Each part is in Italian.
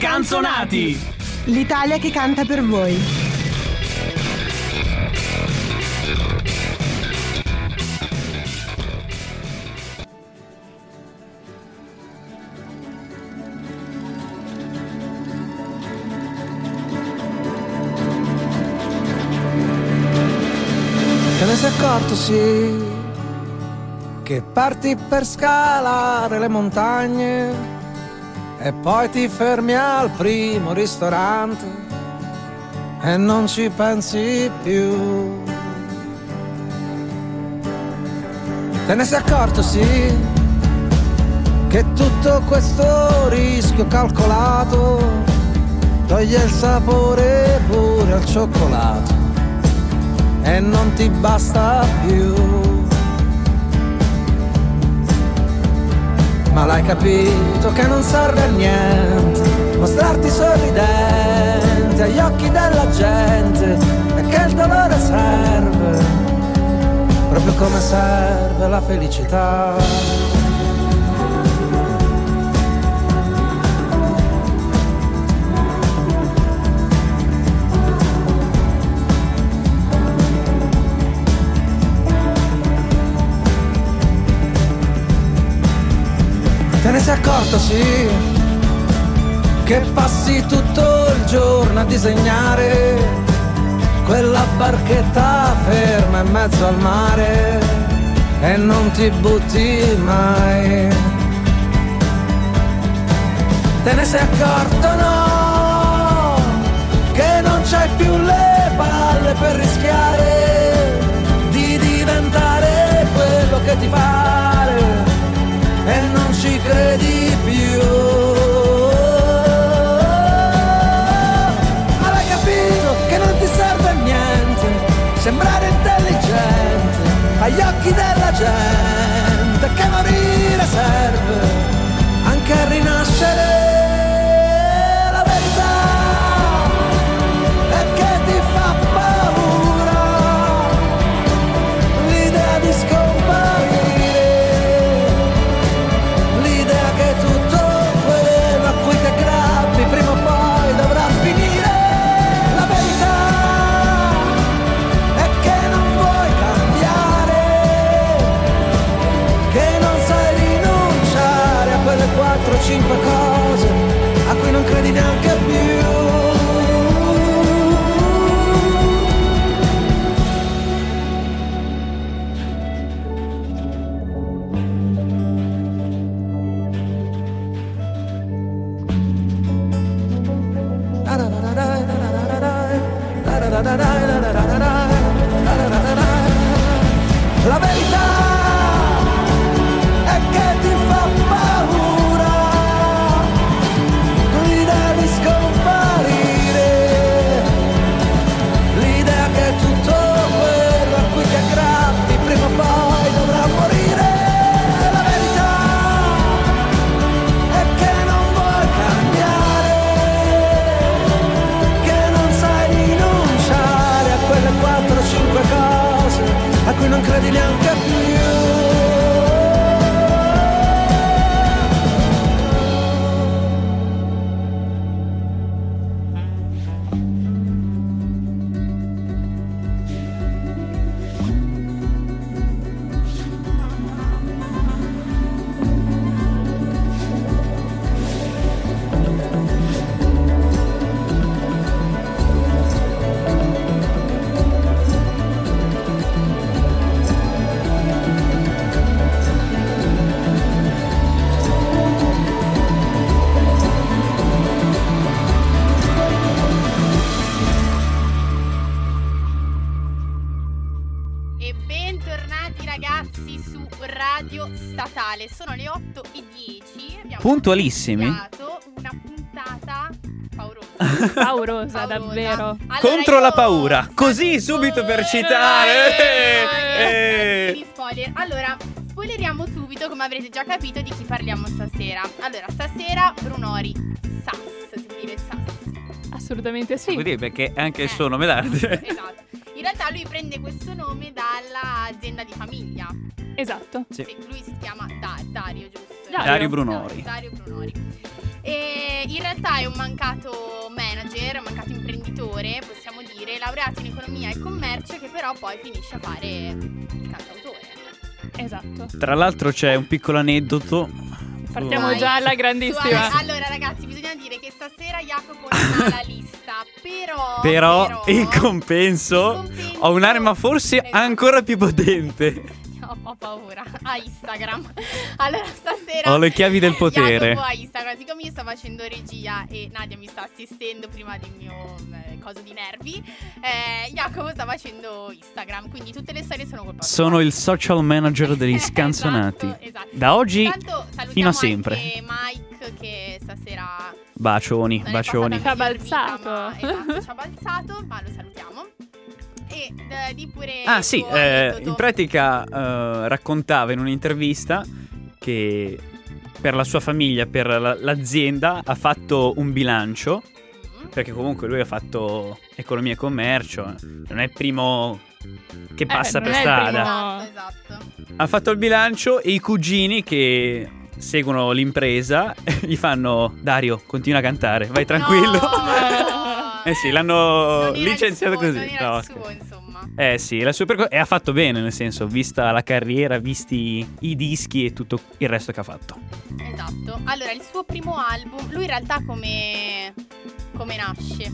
Scanzonati! L'Italia che canta per voi. Te ne sei accorto, sì, che parti per scalare le montagne e poi ti fermi al primo ristorante e non ci pensi più. Te ne sei accorto, sì, che tutto questo rischio calcolato toglie il sapore pure al cioccolato e non ti basta più. Ma l'hai capito che non serve a niente mostrarti sorridente agli occhi della gente e che il dolore serve proprio come serve la felicità. Te ne sei accorto, sì, che passi tutto il giorno a disegnare quella barchetta ferma in mezzo al mare e non ti butti mai. Te ne sei accorto, no, che non c'hai più le palle per rischiare di diventare quello che ti pare e non ci credi più. Ma l'hai capito che non ti serve a niente sembrare intelligente agli occhi della gente, che morire serve anche a rinascere. La verità è che ti fa paura l'idea di scomparire, l'idea che tutto quello a cui ti aggrappi prima o poi dovrà finire. La verità è che non vuoi cambiare, che non sai rinunciare a quelle 4-5 cose a cui non credi neanche più. La verità è che ti fa paura l'idea di scomparire, l'idea che tutto quello a cui ti aggrappi prima o poi dovrà morire. La verità è che non vuoi cambiare, che non sai rinunciare a quelle 4-5 cose a cui non credi neanche più. Radio Statale. Sono le 8:10. Abbiamo Puntualissimi. iniziato una puntata paurosa. Paurosa, davvero. Allora, Contro la io- paura. Così subito per citare. Spoiler. Allora, spoileriamo subito, come avrete già capito, di chi parliamo stasera. Allora, stasera Brunori Sass. Si scrive Sass. Assolutamente sì. Vuol dire perché anche il suo nome d'arte. Esatto. In realtà lui prende questo nome dall'azienda di famiglia. Esatto. Sì. Sì, lui si chiama Dario, giusto? Dario Brunori. Dario Brunori. E in realtà è un mancato manager, un mancato imprenditore, possiamo dire, laureato in economia e commercio, che però poi finisce a fare il cantautore. Esatto. Tra l'altro c'è un piccolo aneddoto. Partiamo Vai. già alla grandissima. Allora ragazzi, bisogna dire che stasera Jacopo non ha la lista, Però in compenso ho un'arma forse Esatto. ancora più potente. Ho paura. A Instagram. Allora stasera Ho le chiavi del potere. Jacopo a Instagram. Siccome io sto facendo regia e Nadia mi sta assistendo prima del mio coso di nervi, Jacopo sta facendo Instagram. Quindi tutte le storie sono colpa sua. Sono il social manager degli scanzonati. Esatto. Da oggi Intanto salutiamo fino a sempre. anche Mike che stasera Bacioni, non è bacioni. passata Ci ha miglior vita, balzato. ma- esatto, ci ha balzato, ma lo salutiamo. E di pure Ah il sì, tuo aneddoto. in pratica raccontava in un'intervista che per la sua famiglia, per l'azienda, ha fatto un bilancio, perché comunque lui ha fatto economia e commercio, non è il primo che passa non per è il strada. primo. Esatto. Ha fatto il bilancio e i cugini che seguono l'impresa gli fanno: Dario, continua a cantare, vai tranquillo. No. Eh sì, l'hanno Non era licenziato il suo, così. Non era No, il suo, insomma. eh sì, la sua e ha fatto bene, nel senso, vista la carriera, visti i dischi e tutto il resto che ha fatto. Esatto. Allora, il suo primo album, lui in realtà come nasce?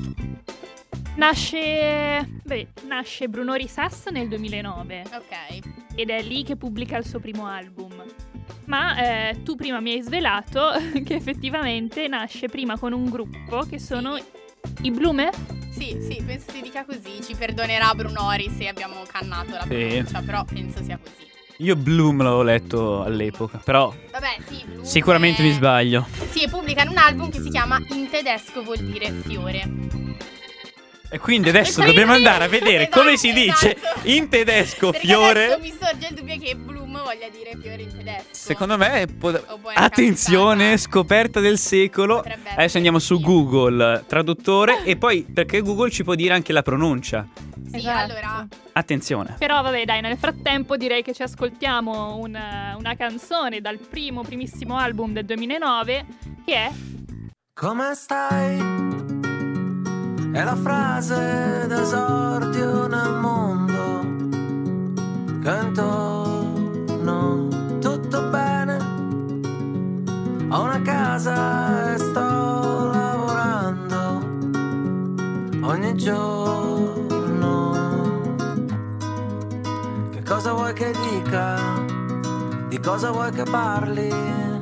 Nasce Brunori Sass nel 2009 Ok. ed è lì che pubblica il suo primo album. Ma tu prima mi hai svelato che effettivamente nasce prima con un gruppo che sono i Blume? Sì, penso si dica così. Ci perdonerà Brunori se abbiamo cannato la Sì. pronuncia, però penso sia così. Io Bloom l'avevo letto all'epoca, però Vabbè, sì, Blume. sicuramente mi sbaglio. Sì, e pubblicano un album che si chiama In tedesco vuol dire fiore. E quindi adesso Questa dobbiamo io- andare a vedere Esatto, come si dice esatto. in tedesco Perché fiore. adesso mi sorge il dubbio che Bloom voglia dire fiore in tedesco. Secondo me O può attenzione, capitare. scoperta del secolo. Potrebbe essere, Adesso andiamo su sì. Google Traduttore e poi perché Google ci può dire anche la pronuncia. Sì, Esatto. allora Attenzione. Però vabbè dai, nel frattempo direi che ci ascoltiamo una canzone dal primissimo album del 2009 che è Come stai? È la frase d'esordio nel mondo che intorno tutto bene. Ho una casa e sto lavorando ogni giorno. Che cosa vuoi che dica? Di cosa vuoi che parli?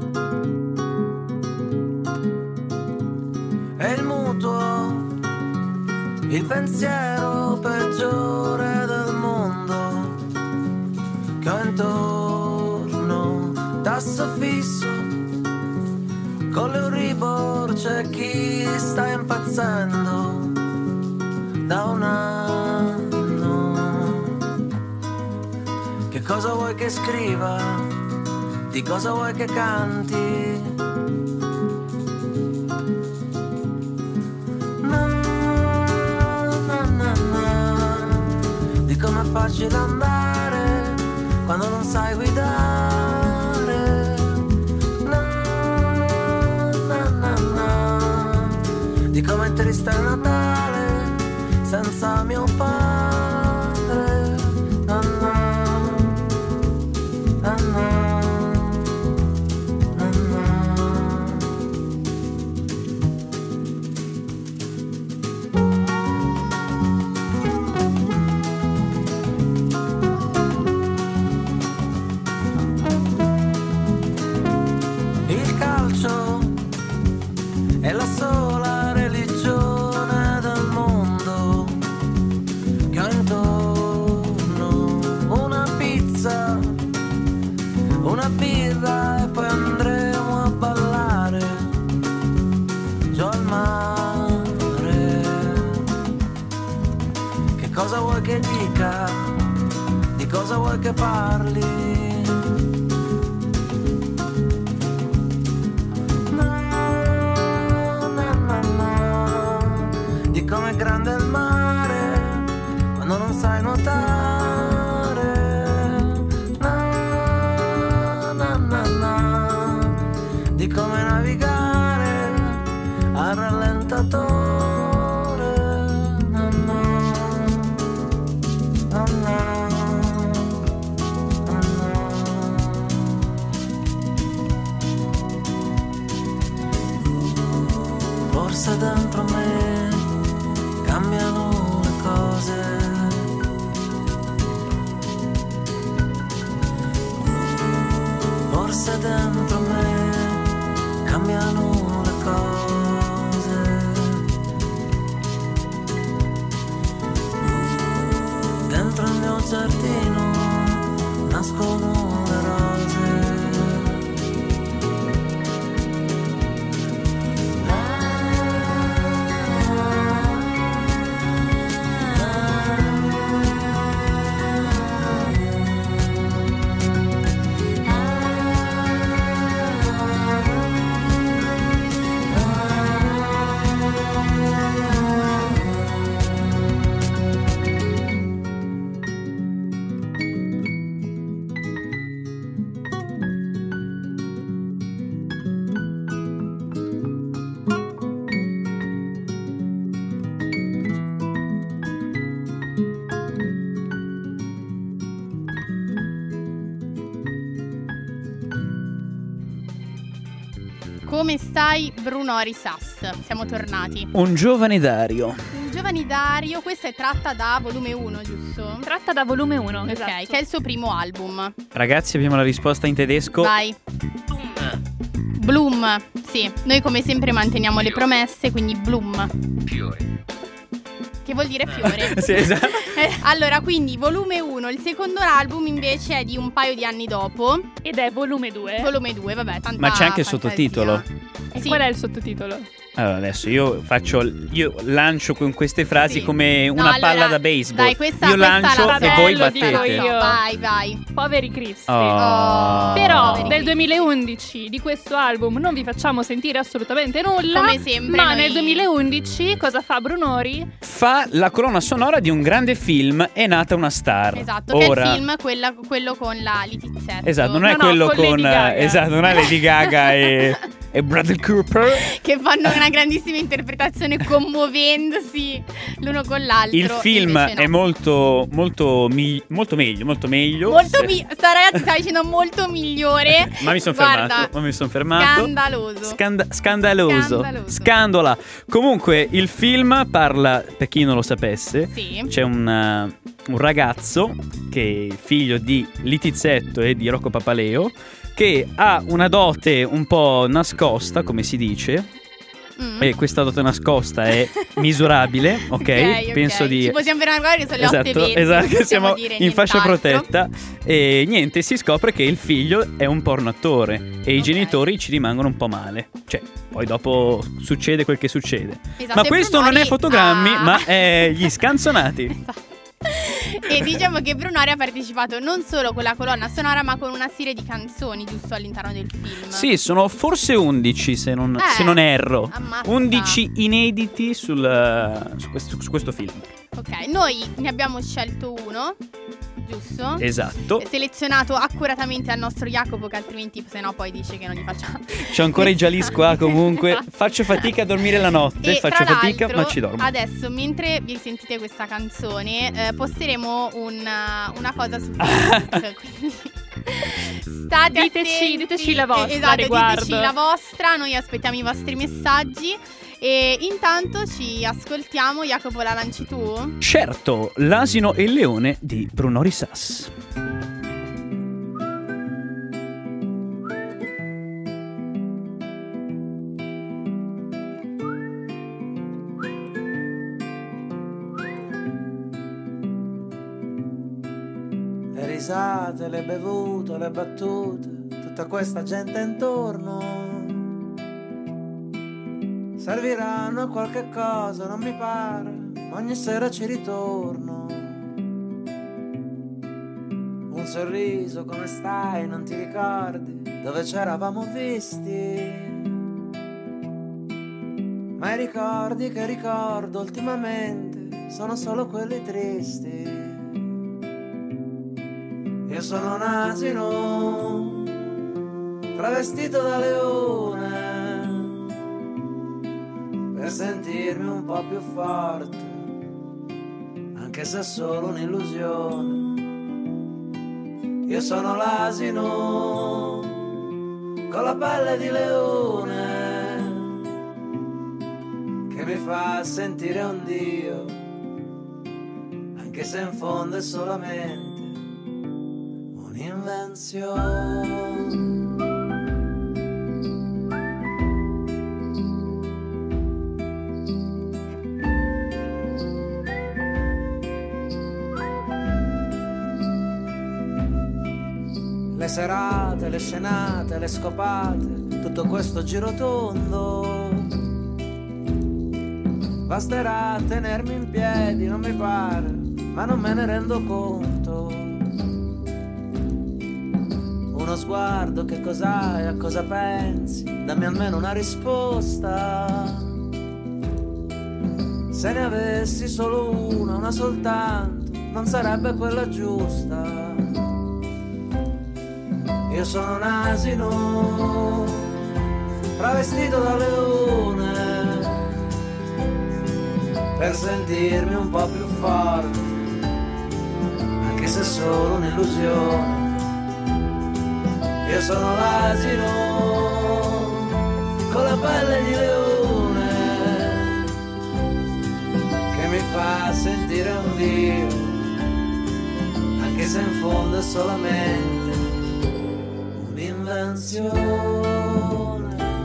E il mutuo, il pensiero peggiore del mondo che ho intorno, tasso fisso, con l'Euribor c'è chi sta impazzendo da un anno. Che cosa vuoi che scriva? Di cosa vuoi che canti? Com'è facile andare quando non sai guidare. Di com'è triste il Natale senza mio padre. È la sola religione del mondo che ho intorno. Una pizza, una birra e poi andremo a ballare giù al mare. Che cosa vuoi che dica? Di cosa vuoi che parli? Com'è grande il mare quando non sai nuotare. Forse dentro me cambiano le cose. Forse dentro me cambiano le cose. Dentro il mio giardino nascono le rose. Come stai, Brunori Sass? Siamo tornati. Un giovane Dario. Un giovane Dario, questa è tratta da volume 1, giusto? Tratta da volume 1, esatto. Ok, che è il suo primo album. Ragazzi, abbiamo la risposta in tedesco. Vai. Bloom, sì. Noi come sempre manteniamo le promesse, quindi Bloom. Fiore. Che vuol dire fiore. Sì, esatto. Allora, quindi volume 1, il secondo album invece è di un paio di anni dopo. Ed è volume 2. Volume 2, vabbè, tanta Ma c'è anche il fantasia. sottotitolo. E Sì. qual è il sottotitolo? Allora, adesso io lancio con queste frasi Sì. come No, una palla allora, da baseball. dai, questa io la lancio so. e voi Lo dico battete. io. Vai. Poveri cristi. Oh. Però Poveri del cristi. 2011 di questo album non vi facciamo sentire assolutamente nulla. Come sempre Ma noi- nel 2011 cosa fa Brunori? Fa la colonna sonora di un grande film, È nata una star. Esatto, Ora, che è il film quello con la Litizzetto. Esatto, non è No, quello con Lady Gaga. esatto, non è Lady Gaga e Bradley Cooper. Che fanno una grandissima interpretazione commuovendosi l'uno con l'altro. Il film invece no. è molto meglio. Molto sta ragazzi stava dicendo molto migliore. Ma mi sono Guarda, fermato. Scandaloso. Scandaloso. Scandola. Comunque il film parla, per chi non lo sapesse, Sì. c'è un ragazzo che è figlio di Litizzetto e di Rocco Papaleo, che ha una dote un po' nascosta, come si dice. E questa dote nascosta è misurabile, ok? Penso di... Ci possiamo fermare qua perché sono le 8:20. Esatto, non che siamo dire in fascia nient'altro. protetta. E niente, si scopre che il figlio è un porno attore e i Ok. genitori ci rimangono un po' male. Cioè, poi dopo succede quel che succede. Esatto, Ma e questo non Brunori è fotogrammi, ha- ma è gli scanzonati. Esatto. E diciamo che Brunori ha partecipato non solo con la colonna sonora ma con una serie di canzoni giusto all'interno del film. Sì, sono forse 11 se non erro. Ammazza. 11 inediti su questo film. Ok, noi ne abbiamo scelto uno, giusto? Esatto. Selezionato accuratamente al nostro Jacopo, che altrimenti se no poi dice che non gli facciamo. C'ho ancora i Jalis qua comunque. Esatto. Faccio fatica a dormire la notte. E Faccio tra fatica, l'altro, ma ci dormo. Adesso, mentre vi sentite questa canzone, posteremo una cosa su Facebook. Quindi state attenti. diteci la vostra Esatto, riguardo. diteci la vostra. Noi aspettiamo i vostri messaggi. E intanto ci ascoltiamo. Jacopo, la lanci tu? Certo, L'asino e il leone di Brunori Sass. Le risate, le bevute, le battute, tutta questa gente intorno serviranno a qualche cosa, non mi pare, ma ogni sera ci ritorno. Un sorriso, come stai, non ti ricordi dove c'eravamo visti? Ma i ricordi che ricordo ultimamente sono solo quelli tristi. Io sono un asino travestito da leone per sentirmi un po' più forte, anche se è solo un'illusione. Io sono l'asino con la pelle di leone mi fa sentire un Dio, anche se in fondo è solamente un'invenzione. Le serate, le scenate, le scopate, tutto questo girotondo basterà tenermi in piedi, non mi pare, ma non me ne rendo conto. Uno sguardo, che cos'hai, a cosa pensi? Dammi almeno una risposta. Se ne avessi solo una soltanto, non sarebbe quella giusta. Io sono un asino travestito da leone per sentirmi un po' più forte, anche se è solo un'illusione. Io sono l'asino con la pelle di leone che mi fa sentire un Dio, anche se in fondo è solamente un'invenzione.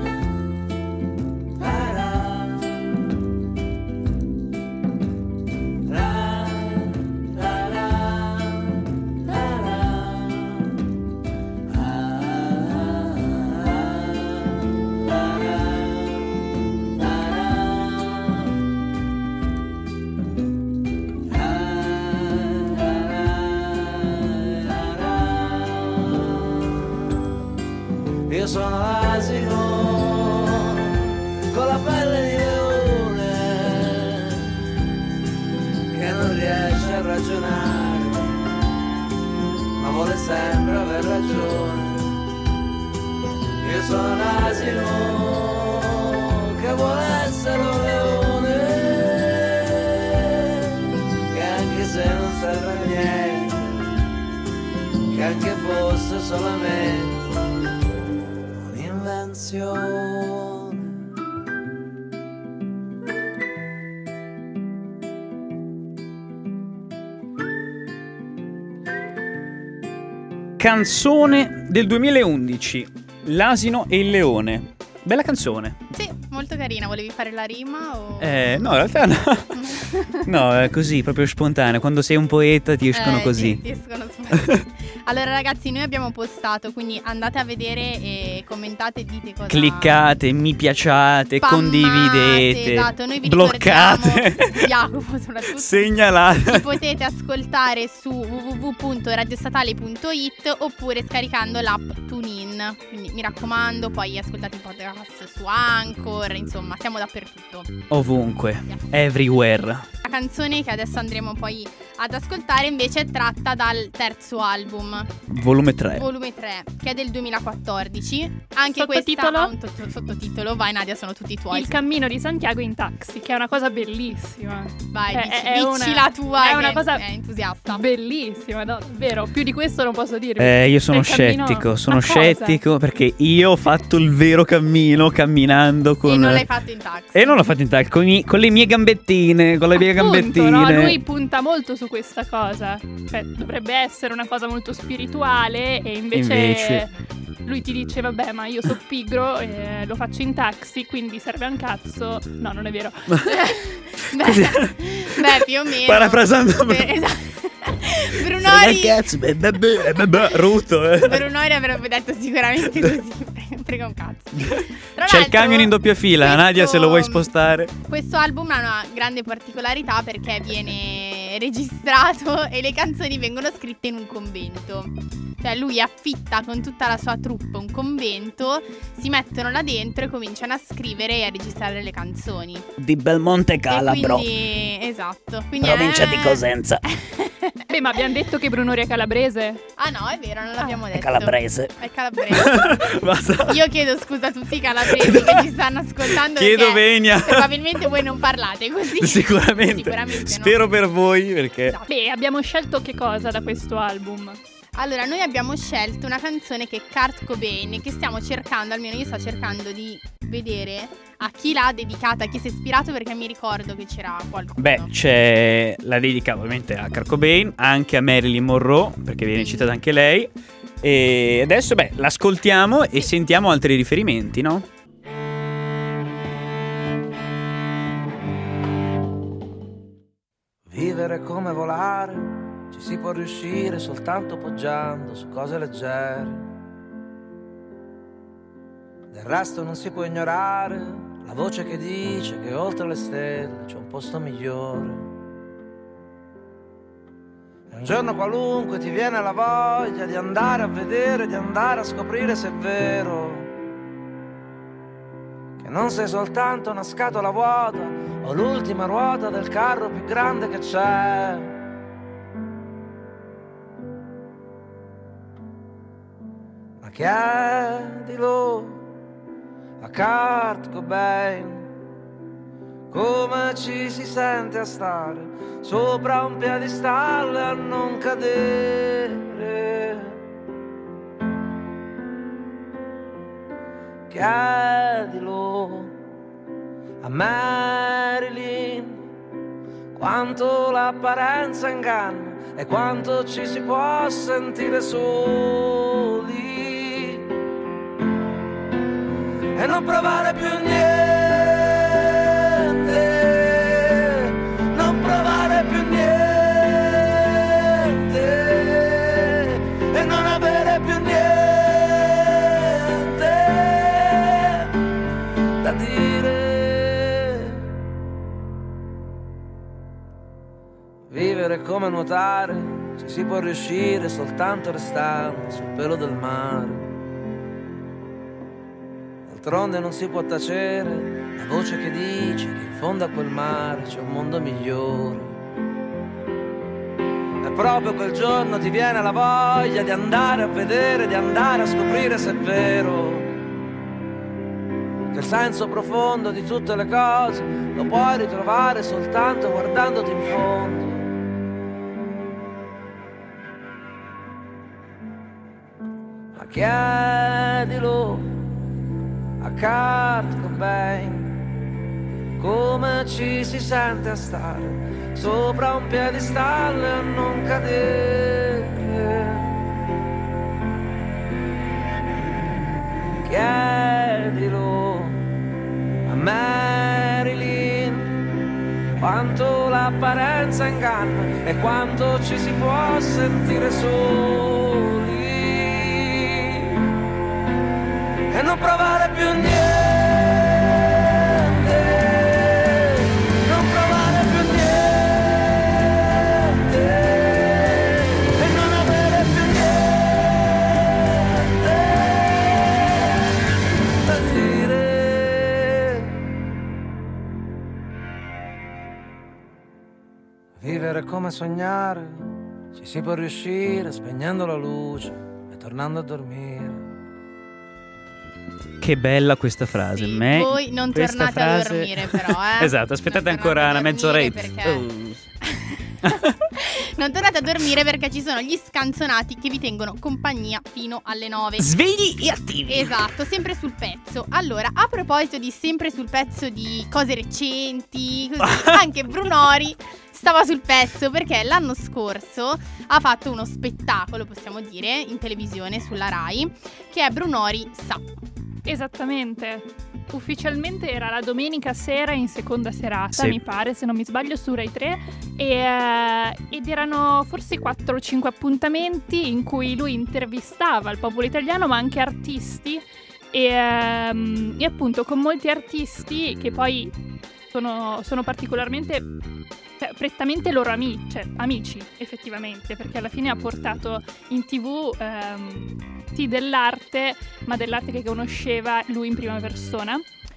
Io sono l'asino con la pelle di leone che non riesce a ragionare, ma vuole sempre aver ragione. Io sono l'asino che vuole essere un leone, che anche se non serve a niente, che anche fosse solamente Canzone del 2011, L'asino e il leone. Bella canzone. Sì, molto carina. Volevi fare la rima o... No, in realtà no. No, è così, proprio spontaneo. Quando sei un poeta ti escono così. Sì, ti escono spontanei. Allora ragazzi, noi abbiamo postato, quindi andate a vedere e commentate e dite cosa... Cliccate, mi piaciate, spammate, condividete, esatto, noi vi bloccate, Jacopo soprattutto. segnalate. Ci potete ascoltare su www.radiostatale.it oppure scaricando l'app TuneIn. Quindi mi raccomando, poi ascoltate il podcast su Anchor, insomma, siamo dappertutto. Ovunque, everywhere. La canzone che adesso andremo poi ad ascoltare invece è tratta dal terzo album, Volume 3. Volume 3, che è del 2014. Anche Sottotitolo? questa ha un sottotitolo. Vai Nadia, sono tutti tuoi. Il cammino di Santiago in taxi, che è una cosa bellissima. Vai, È dici una- la tua, è una che cosa è entusiasta. Bellissima, no? Davvero, più di questo non posso dirvi. Io sono Il cammino- scettico, sono Ma cosa? scettico perché io ho fatto il vero cammino camminando con... E non l'hai fatto in taxi. E non l'ho fatto in taxi, con le mie gambettine, con le mie Appunto, gambettine. no? Lui punta molto su questa cosa. Cioè, dovrebbe essere una cosa molto spirituale e invece lui ti dice vabbè, ma io sono pigro e lo faccio in taxi, quindi serve a un cazzo. No, non è vero. Beh, più o meno. Parafrasando Esatto. Brunori Rutto, Brunori avrebbe detto sicuramente così. Frega un cazzo. Tra C'è il l'altro, camion in doppia fila, questo- Nadia, se lo vuoi spostare. Questo album ha una grande particolarità perché viene registrato e le canzoni vengono scritte in un convento. Cioè lui affitta con tutta la sua troupe un convento, si mettono là dentro e cominciano a scrivere e a registrare le canzoni. Di Belmonte E quindi, esatto. Quindi Cosenza. Beh, ma abbiamo detto che Brunori è calabrese. Ah no, è vero, non l'abbiamo detto. Calabrese. È calabrese. Basta. Io chiedo scusa a tutti i calabresi che ci stanno ascoltando. Chiedo perché venia. probabilmente voi non parlate così. Sicuramente. no. Spero per voi perché... Esatto. Beh, abbiamo scelto che cosa da questo album? Allora, noi abbiamo scelto una canzone che è Kurt Cobain, che stiamo cercando, almeno io sto cercando di vedere a chi l'ha dedicata, a chi si è ispirato, perché mi ricordo che c'era qualcuno. Beh, c'è la dedica ovviamente a Kurt Cobain, anche a Marilyn Monroe, perché viene citata anche lei. E adesso, l'ascoltiamo e sentiamo altri riferimenti, no? Vivere come volare, ci si può riuscire soltanto poggiando su cose leggere. Del resto non si può ignorare la voce che dice che oltre le stelle c'è un posto migliore. E un giorno qualunque ti viene la voglia di andare a vedere, di andare a scoprire se è vero che non sei soltanto una scatola vuota o l'ultima ruota del carro più grande che c'è. Ma chiedilo a Kurt Cobain come ci si sente a stare sopra un piedistallo e a non cadere. Chiedilo a Marilyn quanto l'apparenza inganna e quanto ci si può sentire soli e non provare più niente, non provare più niente e non avere più niente da dire. Vivere come nuotare, ci si può riuscire soltanto restando sul pelo del mare. D'altronde non si può tacere la voce che dice che in fondo a quel mare c'è un mondo migliore. E proprio quel giorno ti viene la voglia di andare a vedere, di andare a scoprire se è vero che il senso profondo di tutte le cose lo puoi ritrovare soltanto guardandoti in fondo. Ma chiedilo a Kurt Cobain come ci si sente a stare sopra un piedistallo e a non cadere. Chiedilo a Marilyn quanto l'apparenza inganna e quanto ci si può sentire soli e non provare più niente, non provare più niente e non avere più niente da dire. Vivere come sognare, ci si può riuscire spegnendo la luce e tornando a dormire. Che bella questa frase. Sì, Me, voi non questa tornate a frase... dormire però, Esatto, aspettate Non ancora una tornate a dormire mezz'oretta. perché- Non tornate a dormire perché ci sono gli scanzonati che vi tengono compagnia fino alle 9. Svegli e attivi. Esatto, sempre sul pezzo. Allora, a proposito di sempre sul pezzo di cose recenti, così, anche Brunori stava sul pezzo perché l'anno scorso ha fatto uno spettacolo, possiamo dire, in televisione sulla Rai, che è Brunori Sa. Esattamente. Ufficialmente era la domenica sera in seconda serata, Sì. mi pare, se non mi sbaglio, su Rai 3 ed erano forse 4 o 5 appuntamenti in cui lui intervistava il popolo italiano ma anche artisti e appunto con molti artisti che poi sono particolarmente prettamente loro amici effettivamente, perché alla fine ha portato in TV sì dell'arte, ma dell'arte che conosceva lui in prima persona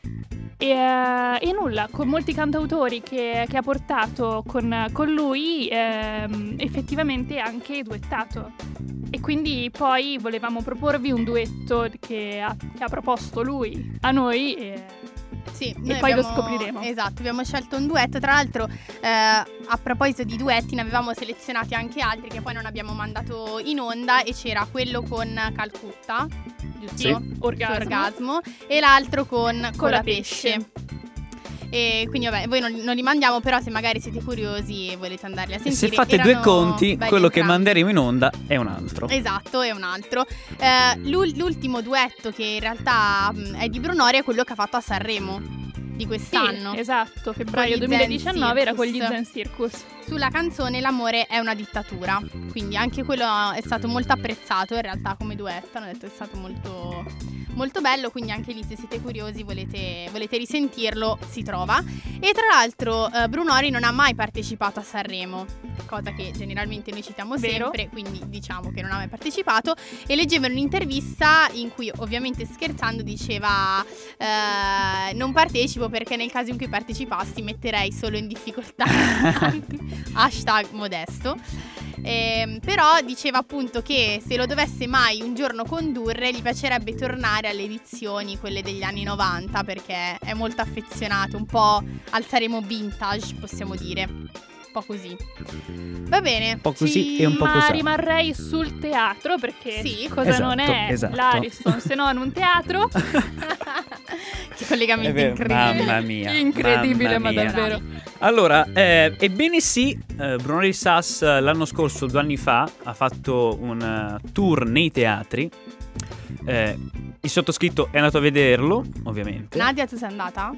e nulla, con molti cantautori che ha portato con lui effettivamente anche duettato, e quindi poi volevamo proporvi un duetto che ha proposto lui a noi Sì, e poi lo scopriremo. Esatto, abbiamo scelto un duetto. Tra l'altro, a proposito di duetti, ne avevamo selezionati anche altri che poi non abbiamo mandato in onda. E c'era quello con Calcutta, giusto? Sì. Orgasmo. E l'altro con Colapesce. E quindi vabbè, voi non li mandiamo, però se magari siete curiosi e volete andarli a E sentire, se fate erano due conti, belli quello che entrambi. manderemo in onda è un altro. Esatto, è un altro. L'ultimo duetto che in realtà è di Brunori è quello che ha fatto a Sanremo di quest'anno. Sì, esatto, febbraio Con gli Zen 2019 era con gli Circus. Zen Circus. Sulla canzone L'amore è una dittatura. Quindi anche quello è stato molto apprezzato in realtà come duetto. Hanno detto è stato molto, molto bello. Quindi anche lì, se siete curiosi, volete risentirlo, si trova. E tra l'altro Brunori non ha mai partecipato a Sanremo, cosa che generalmente noi citiamo Vero. sempre, quindi diciamo che non ha mai partecipato. E leggevo in un'intervista in cui, ovviamente scherzando, diceva non partecipo perché nel caso in cui partecipassi metterei solo in difficoltà hashtag modesto. Però diceva appunto che se lo dovesse mai un giorno condurre gli piacerebbe tornare alle edizioni, quelle degli anni 90, perché è molto affezionato, un po' al Sanremo vintage, possiamo dire, un po' così. Va bene, Un po' così e un po' Ma così. rimarrei sul teatro, perché Sì. cosa non è Esatto. l'Ariston se non un teatro? Che collegamento È vero, incredibile. mamma mia. Incredibile, mamma ma mia. davvero. Allora, ebbene sì, Brunori Sass l'anno scorso, 2 anni fa, ha fatto un tour nei teatri. Il sottoscritto è andato a vederlo, ovviamente. Nadia, tu sei andata?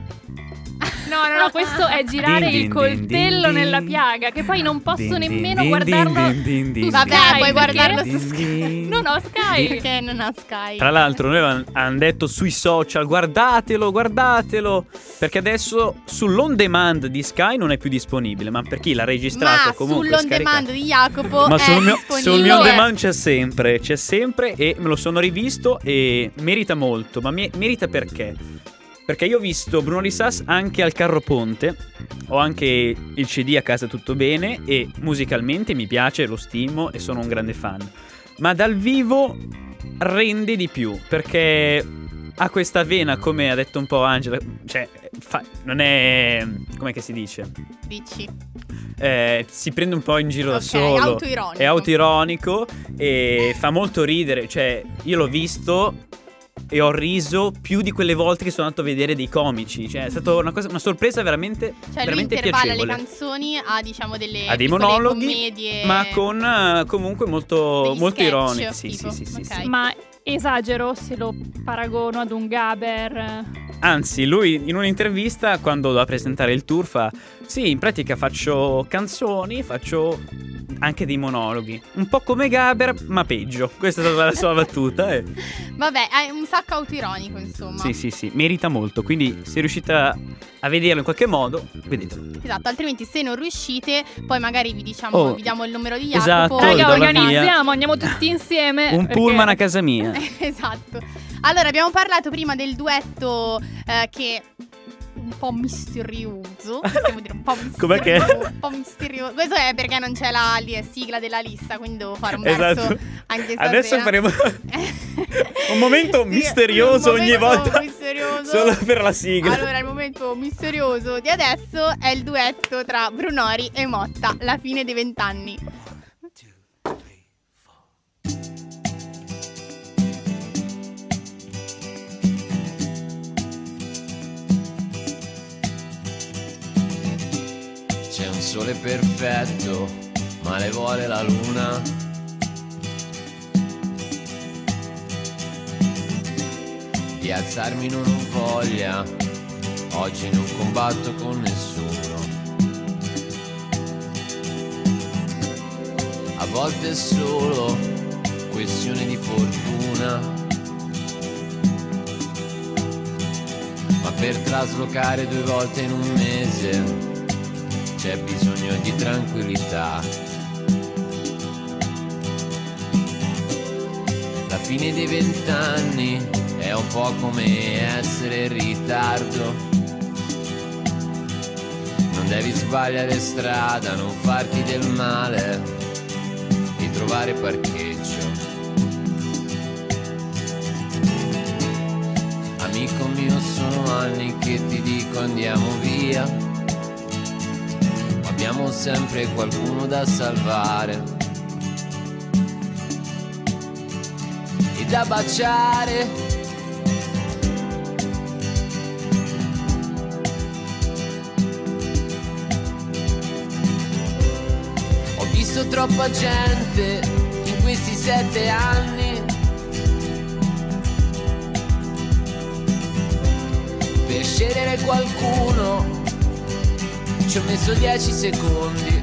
No, questo è girare Din, il din, coltello din, din. nella piaga, che poi non posso Din, din, nemmeno din, guardarlo din, din, din, su din. Vabbè, Sky, puoi perché guardarlo su Din, Sky. din. non ho Sky. Perché non ha Sky? Tra l'altro noi hanno detto sui social guardatelo, perché adesso sull'on demand di Sky non è più disponibile, ma per chi l'ha registrato Ma comunque sull'on scaricato. demand di Jacopo Ma è sul mio disponibile. on demand c'è sempre e me lo sono rivisto e merita molto, ma merita perché? Perché io ho visto Brunori Sass anche al Carro Ponte, ho anche il CD a casa tutto bene e musicalmente mi piace, lo stimo e sono un grande fan. Ma dal vivo rende di più, perché ha questa vena, come ha detto un po' Angela, cioè non è... com'è che si dice? Dici. Si prende un po' in giro da Ok, solo. autoironico. È autoironico e fa molto ridere. Cioè, io l'ho visto e ho riso più di quelle volte che sono andato a vedere dei comici. Cioè, è stata una sorpresa veramente, Cioè lui veramente intervalla piacevole. le canzoni a diciamo delle Ha dei piccole monologhi, commedie, ma con comunque molto, degli molto sketch, ironici. Sì, tipo. sì, sì, Ok. sì. Ma esagero se lo paragono ad un Gaber. Anzi, lui in un'intervista, quando doveva presentare il tour, fa: sì, in pratica faccio canzoni, faccio anche dei monologhi. Un po' come Gaber, ma peggio. Questa è stata la sua battuta. Vabbè, è un sacco autoironico, insomma. Sì, merita molto. Quindi, se riuscite a vederlo in qualche modo, vedetelo. Esatto, altrimenti se non riuscite, poi magari vi diamo il numero di Jacopo. esatto, Raga, do la mia. organizziamo, andiamo tutti insieme. Un perché- pullman a casa mia. Esatto. Allora, abbiamo parlato prima del duetto che un po' misterioso. Possiamo dire un po' misterioso. Com'è che è? Un po' misterioso. Questo è perché non c'è la sigla della lista, quindi devo fare un verso Esatto. anche stasera. Adesso faremo un momento Sì, misterioso un ogni momento volta. misterioso. Solo per la sigla. Allora, il momento misterioso di adesso è il duetto tra Brunori e Motta, La fine dei 20 anni. C'è un sole perfetto, ma le vuole la luna. Di alzarmi non ho voglia, oggi non combatto con nessuno. A volte è solo questione di fortuna, ma per traslocare 2 volte in un mese c'è bisogno di tranquillità. La fine dei 20 anni è un po' come essere in ritardo. Non devi sbagliare strada, non farti del male, di trovare parcheggio. Amico mio, sono anni che ti dico andiamo via, ma abbiamo sempre qualcuno da salvare e da baciare. Ho visto troppa gente in questi 7 anni per scegliere qualcuno, ci ho messo 10 secondi.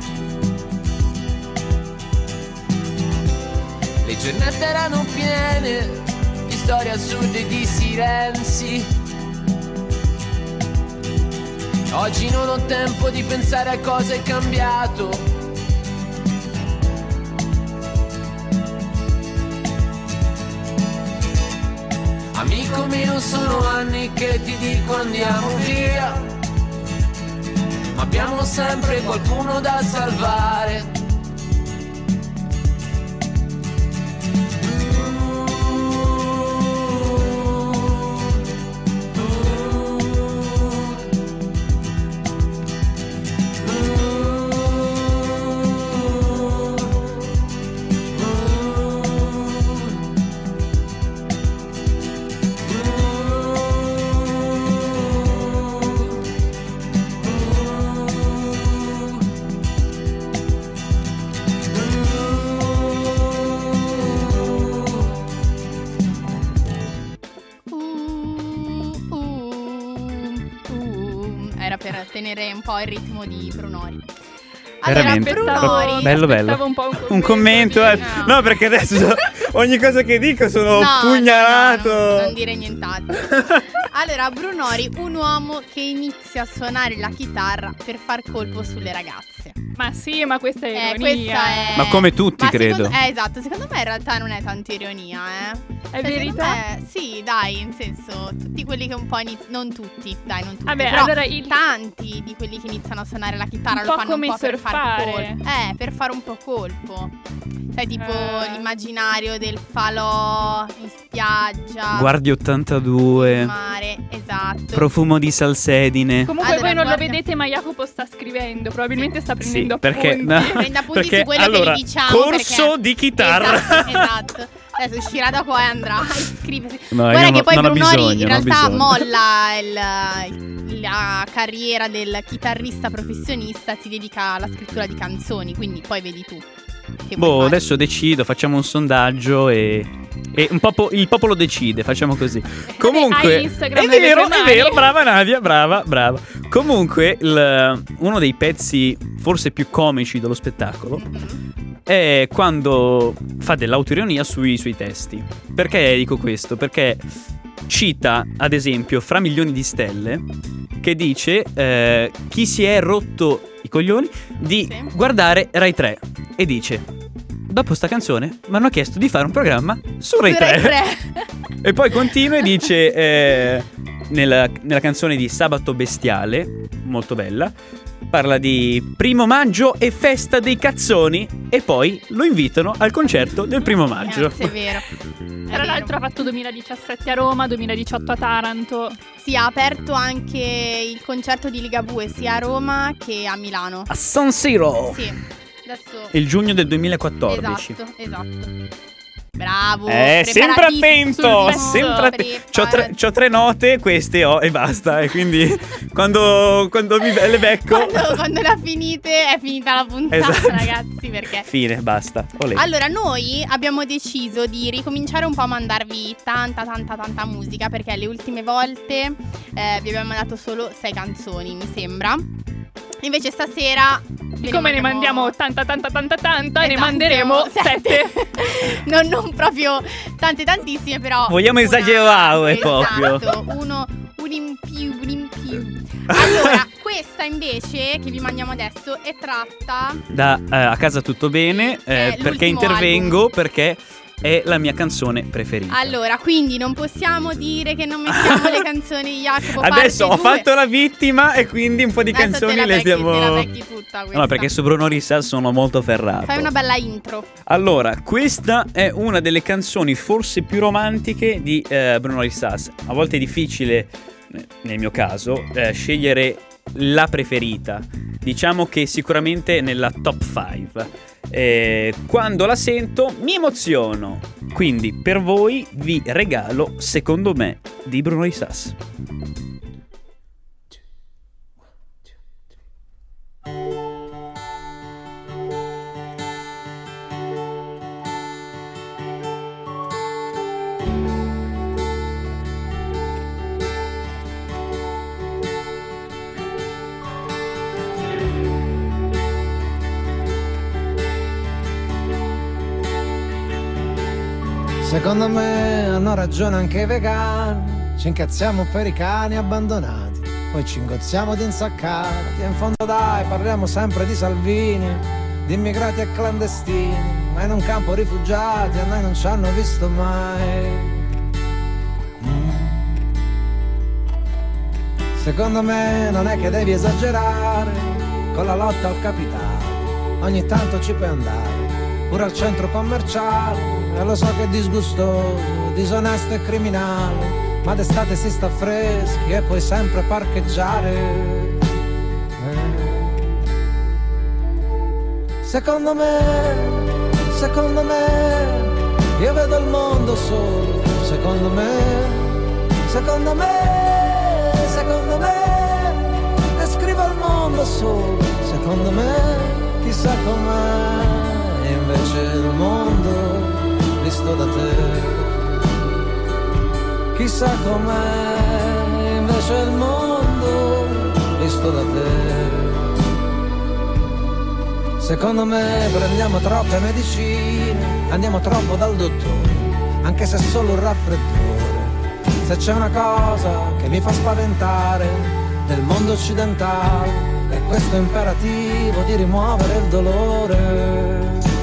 Le giornate erano piene di storie assurde e di silenzi. Oggi non ho tempo di pensare a cosa è cambiato. Amico mio, sono anni che ti dico andiamo via, ma abbiamo sempre qualcuno da salvare. Era per tenere un po' il ritmo di Brunori. Veramente. Brunori, Bello. aspettavo Un commento. No. No, perché adesso ogni cosa che dico sono No, pugnalato. no, non dire nient'altro. Allora, Brunori, un uomo che inizia a suonare la chitarra per far colpo sulle ragazze. Ma sì, ma questa è ironia. Questa è... Ma come tutti, credo. Esatto, secondo me in realtà non è tanto ironia, È Cioè, verità? secondo me, sì, dai, in senso, tutti quelli che un po' non tutti, dai, non tutti. Vabbè, però allora tanti di quelli che iniziano a suonare la chitarra Un lo po' fanno come un po' per far surfare. colpo. Per fare un po' colpo. Sai, tipo l'immaginario del falò in spiaggia. Guardi 82. Il mare, esatto. Profumo di salsedine. Comunque Allora, voi non guarda- lo vedete, ma Jacopo sta scrivendo. Probabilmente sta prendendo Sì, perché appunti. no, Prenda appunti perché su quello allora, che vi diciamo. corso perché... di chitarra. Esatto. Adesso uscirà da qua e andrà a iscriversi. No, Guarda io che poi non ho Brunori bisogno, in non ho realtà bisogno. molla la carriera del chitarrista professionista, si dedica alla scrittura di canzoni, quindi poi vedi tu. Che vuoi fare. Adesso decido, facciamo un sondaggio e il popolo decide, facciamo così. Comunque, hai Instagram è nelle vero, tue è mani. vero, brava Nadia, brava. Comunque, uno dei pezzi forse più comici dello spettacolo è quando fa dell'autoironia sui suoi testi. Perché dico questo? Perché cita, ad esempio, Fra milioni di stelle, che dice chi si è rotto i coglioni di Sì. guardare Rai 3 e dice: dopo sta canzone mi hanno chiesto di fare un programma su Rai Su 3. Rai 3. E poi continua e dice nella canzone di Sabato Bestiale, molto bella, parla di 1° maggio e festa dei cazzoni, e poi lo invitano al concerto del 1° maggio. Grazie, è vero. È Tra vero. l'altro ha fatto 2017 a Roma, 2018 a Taranto. Sì, ha aperto anche il concerto di Ligabue sia a Roma che a Milano. A San Siro, Sì, adesso... il giugno del 2014. Esatto. Bravo. Sempre attento, sul sempre C'ho 3 note, queste ho e basta. E quindi quando le becco, Quando la finite è finita la puntata, Esatto. ragazzi, perché... fine, basta. Olè. Allora, noi abbiamo deciso di ricominciare un po' a mandarvi tanta musica, perché le ultime volte vi abbiamo mandato solo 6 canzoni, mi sembra. Invece stasera Come ne mandiamo tanta e ne Esatto, manderemo 7. non proprio tantissime, però Vogliamo esagerare esatto, proprio. uno in più. Allora, questa invece che vi mandiamo adesso è tratta Da A casa tutto bene, perché l'ultimo intervengo album. perché è la mia canzone preferita. Allora, quindi non possiamo dire che non mettiamo le canzoni di Jacopo Adesso ho parte due. fatto la vittima e quindi un po' di Adesso canzoni te la le becchi, stiamo... te la becchi tutta questa. No, perché su Bruno Rissa sono molto ferrato. Fai una bella intro. Allora, questa è una delle canzoni forse più romantiche di Bruno Rissas. A volte è difficile nel mio caso, scegliere la preferita. Diciamo che sicuramente nella top 5. Quando la sento mi emoziono. Quindi per voi vi regalo Secondo me di Bruno Risas. Secondo me hanno ragione anche i vegani, ci incazziamo per i cani abbandonati, poi ci ingozziamo di insaccati e in fondo dai parliamo sempre di Salvini, di immigrati e clandestini, ma in un campo rifugiati a noi non ci hanno visto mai. Secondo me non è che devi esagerare con la lotta al capitale, ogni tanto ci puoi andare pure al centro commerciale, e lo so che è disgustoso, disonesto e criminale, ma d'estate si sta freschi e puoi sempre parcheggiare. Secondo me, io vedo il mondo solo, secondo me, descrivo il mondo solo, secondo me, chissà com'è invece il mondo visto da te, chissà com'è invece il mondo visto da te. Secondo me prendiamo troppe medicine, andiamo troppo dal dottore, anche se è solo un raffreddore. Se c'è una cosa che mi fa spaventare del mondo occidentale, è questo imperativo di rimuovere il dolore.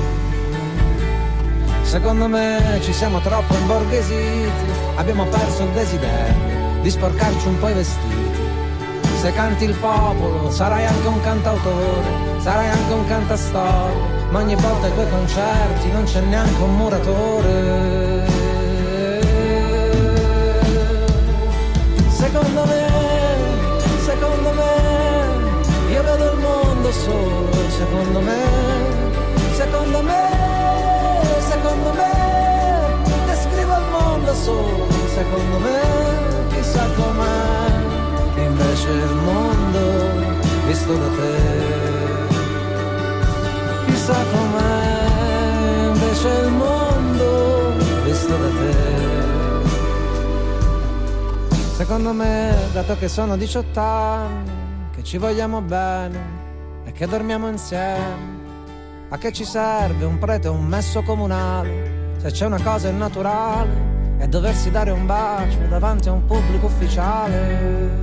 Secondo me ci siamo troppo imborghesiti, abbiamo perso il desiderio di sporcarci un po' i vestiti. Se canti il popolo sarai anche un cantautore, sarai anche un cantastorie, ma ogni volta ai tuoi concerti non c'è neanche un muratore. Secondo me, io vedo il mondo solo, secondo me, descrivo il mondo solo, secondo me, chissà com'è invece il mondo visto da te, chissà com'è invece il mondo visto da te. Secondo me, dato che sono 18 anni, che ci vogliamo bene e che dormiamo insieme, a che ci serve un prete o un messo comunale? Se c'è una cosa innaturale è doversi dare un bacio davanti a un pubblico ufficiale.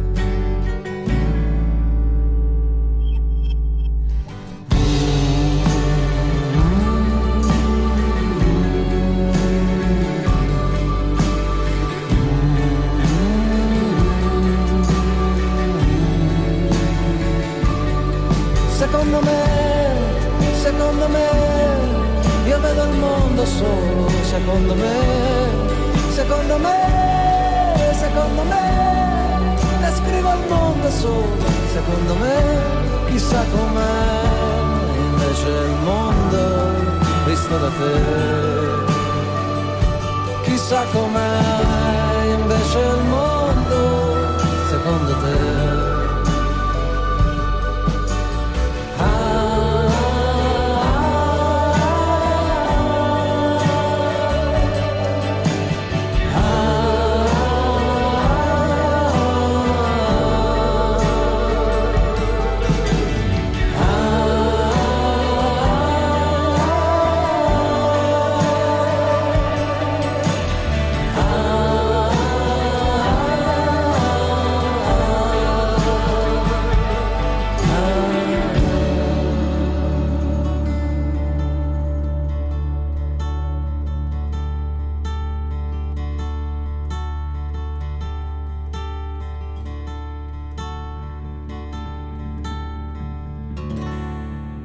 Secondo me, io vedo il mondo solo, secondo me, descrivo il mondo solo, secondo me, chissà com'è invece il mondo visto da te, chissà com'è invece il mondo secondo te.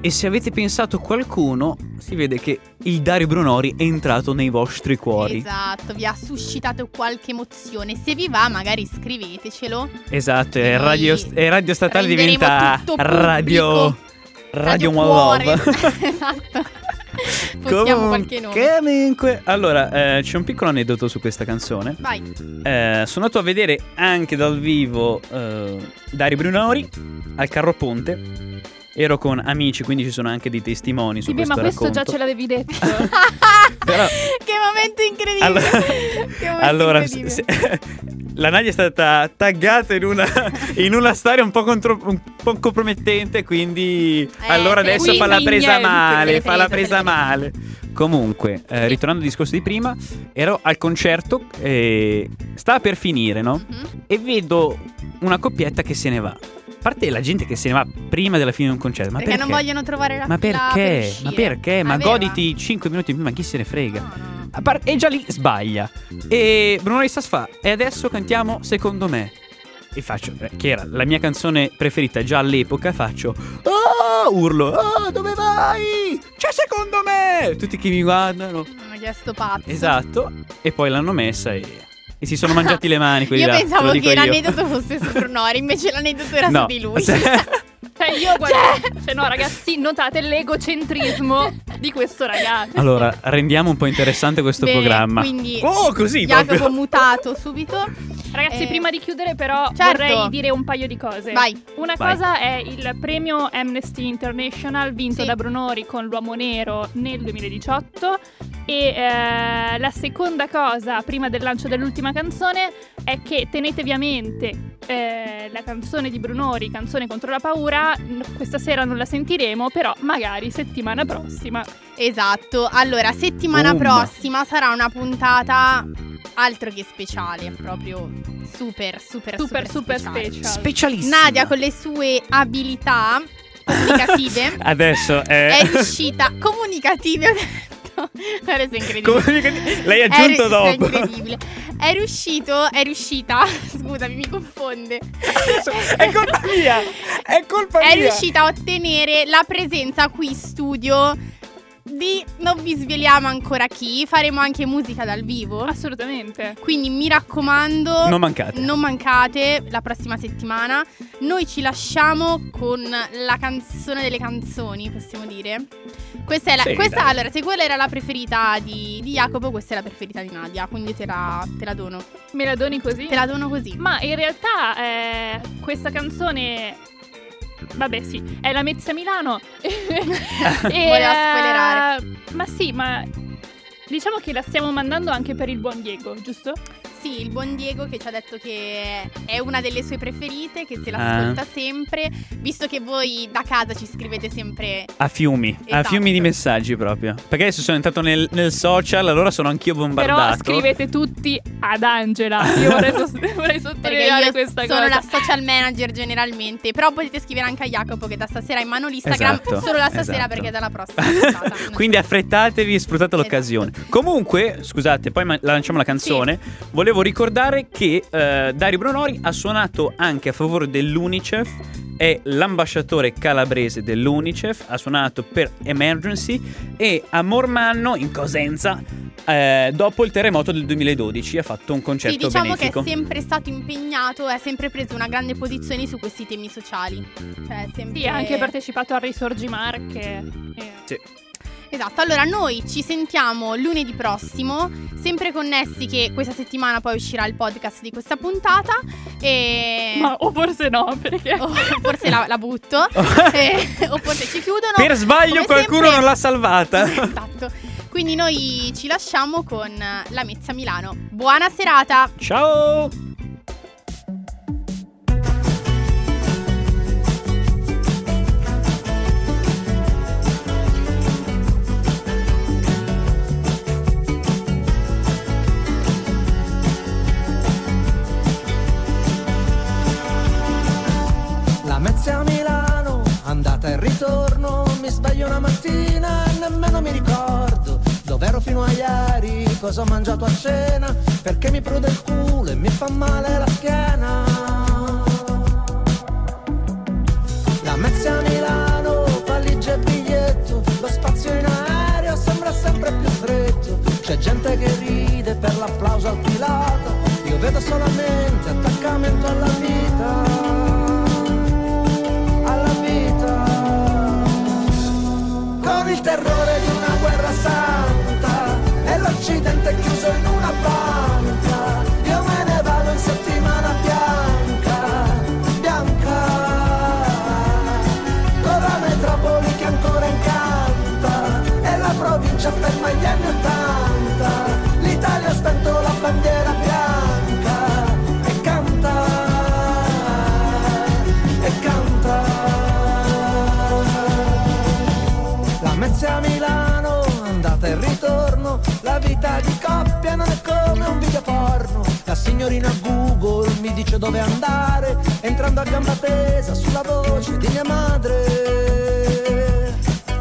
E se avete pensato qualcuno, si vede che il Dario Brunori è entrato nei vostri cuori. Esatto, vi ha suscitato qualche emozione. Se vi va, magari scrivetecelo. Esatto, E è radio statale, renderemo diventa tutto Radio cuore. One Love. Esatto. Possiamo qualche nome. Comunque, allora, c'è un piccolo aneddoto su questa canzone. Vai. Sono andato a vedere anche dal vivo Dario Brunori al Carro Ponte. Ero con amici, quindi ci sono anche dei testimoni su Sì, beh, questo ma questo racconto. già ce l'avevi detto. Però, Che momento incredibile. Che momento allora, incredibile. la Nadia è stata taggata in una storia un po' compromettente, quindi allora se adesso quindi fa la presa niente, male, te l'hai presa. male. Comunque, ritornando al discorso di prima, ero al concerto e stava per finire, no? Mhm. E vedo una coppietta che se ne va. A parte la gente che se ne va prima della fine di un concerto, ma Perché non vogliono trovare la Ma fila per perché? uscire. Ma perché? Ma Ah, è vero, goditi 5 minuti in più, ma chi se ne frega? No. E già lì sbaglia. E Bruno Rissas fa: e adesso cantiamo Secondo me. E faccio, che era la mia canzone preferita già all'epoca, faccio: oh! Urlo: oh, dove vai? C'è Secondo me! Tutti che mi guardano. Una chiesto pazzo. Esatto. E poi l'hanno messa e si sono mangiati le mani quelli Io là, te pensavo lo dico che io. l'aneddoto fosse su Brunori, invece l'aneddoto era No. su di lui. Cioè, io guardo. Cioè, no, ragazzi, notate l'egocentrismo di questo ragazzo. Allora, rendiamo un po' interessante questo Bene, programma. quindi Oh, così Jacopo proprio. mutato subito. Ragazzi, prima di chiudere, però, certo. vorrei dire un paio di cose. Vai. Una Vai. cosa è il premio Amnesty International vinto Sì. da Brunori con L'Uomo Nero nel 2018. E la seconda cosa, prima del lancio dell'ultima canzone, è che tenetevi a mente la canzone di Brunori, Canzone contro la paura. Questa sera non la sentiremo, però magari settimana prossima. Esatto. Allora, settimana Boom. prossima sarà una puntata altro che speciale, proprio super speciale. Specialissima. Nadia con le sue abilità comunicative Adesso è riuscita comunicative, ho detto. Adesso è incredibile. Lei ha aggiunto dopo. È incredibile. È riuscita. Scusami, mi confonde. È colpa mia. È colpa È mia. riuscita a ottenere la presenza qui in studio di, non vi sveliamo ancora chi, faremo anche musica dal vivo. Assolutamente. Quindi mi raccomando, Non mancate. non mancate la prossima settimana. Noi ci lasciamo con la canzone delle canzoni, possiamo dire. Questa è la, Sì, questa, dai. allora, se quella era la preferita di Jacopo, questa è la preferita di Nadia. Quindi te la dono. Me la doni così? Te la dono così. Ma in realtà questa canzone, vabbè sì, è la Mezza Milano. Voleva spoilerare. Ma sì, ma diciamo che la stiamo mandando anche per il buon Diego, giusto? Sì, il buon Diego che ci ha detto che è una delle sue preferite, che se Ah. l'ascolta sempre, visto che voi da casa ci scrivete sempre. A fiumi. A Esatto. fiumi di messaggi proprio. Perché adesso sono entrato nel social, allora sono anch'io bombardato. Però scrivete tutti ad Angela. Io vorrei Perché sottolineare io questa sono cosa. la social manager generalmente. Però potete scrivere anche a Jacopo che da stasera ha in mano l'Instagram. Esatto, Solo la stasera esatto. perché è dalla prossima puntata. Quindi affrettatevi e sfruttate Esatto. l'occasione. Comunque, scusate, poi lanciamo la canzone. Volevo ricordare che Dario Brunori ha suonato anche a favore dell'UNICEF. È l'ambasciatore calabrese dell'UNICEF. Ha suonato per Emergency e a Mormanno, in Cosenza, dopo il terremoto del 2012 ha fatto un Sì, concerto diciamo benefico. che è sempre stato impegnato, ha sempre preso una grande posizione su questi temi sociali. Cioè, sempre... Sì, ha anche partecipato al Risorgi Marche. Sì. Esatto, allora noi ci sentiamo lunedì prossimo, sempre connessi che questa settimana poi uscirà il podcast di questa puntata e... Ma o forse no, perché o forse la butto o forse ci chiudono. Per sbaglio Come qualcuno sempre- non l'ha salvata. Esatto, quindi noi ci lasciamo con la Mezza Milano. Buona serata! Ciao. La Mezza Milano, andata e ritorno, mi sveglio una mattina e nemmeno mi ricordo dov'ero fino a ieri, cosa ho mangiato a cena, perché mi prude il culo e mi fa male la schiena. La Mezza Milano, valigie e biglietti applauso al pilota, io vedo solamente attaccamento alla vita, alla vita. Con il terrore di una guerra santa e l'Occidente chiuso in una banca, io me ne vado in settimana bianca, bianca, con la metropoli che ancora incanta e la provincia ferma agli anni '80. L'Italia ha spento la bandiera bianca e canta, e canta. Lamezia a Milano, andata e ritorno, la vita di coppia non è come un video porno. La signorina Google mi dice dove andare, entrando a gamba tesa sulla voce di mia madre.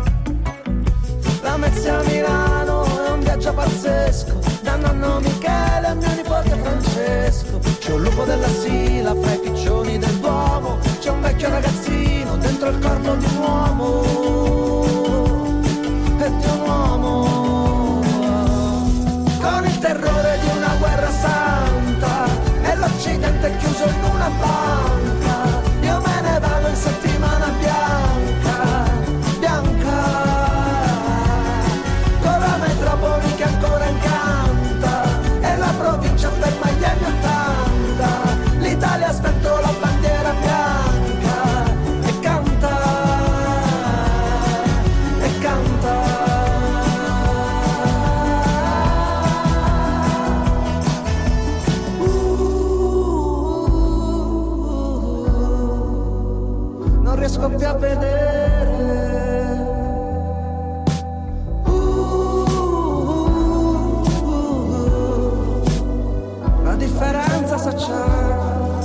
Lamezia a Milano è un viaggio pazzesco, da nonno Michele a mio nipote Francesco. C'è un lupo della Sila fra i piccioni del Duomo, c'è un vecchio ragazzino dentro il corpo di un uomo, e di un uomo. Con il terrore di una guerra santa e l'Occidente chiuso in una banca, io me ne vado in settimana bianca, bianca, con la metropoli che ancora incanta e la provincia ferma agli anni '80. L'Italia ha spento la bandiera bianca e canta, e canta. Non riesco più a vedere la differenza sociale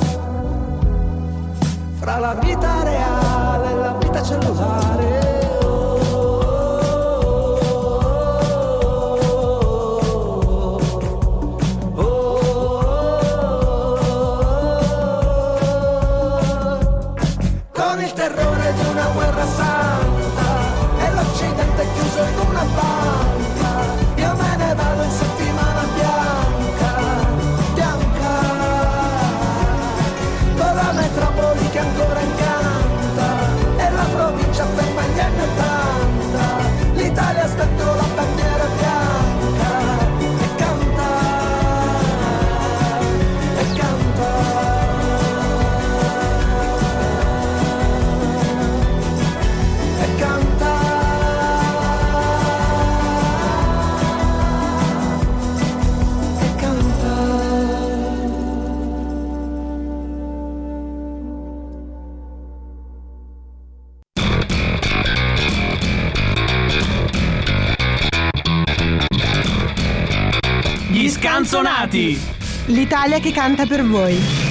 fra la vita reale e la vita cellulare. Con il terrore di una guerra santa e l'Occidente chiuso in una banca, io me ne vado in settimana bianca, bianca, con la metropoli che ancora incanta e la provincia ferma agli anni '80. L'Italia ha spento la bandiera bianca e canta, e canta. Gli scanzonati! L'Italia che canta per voi.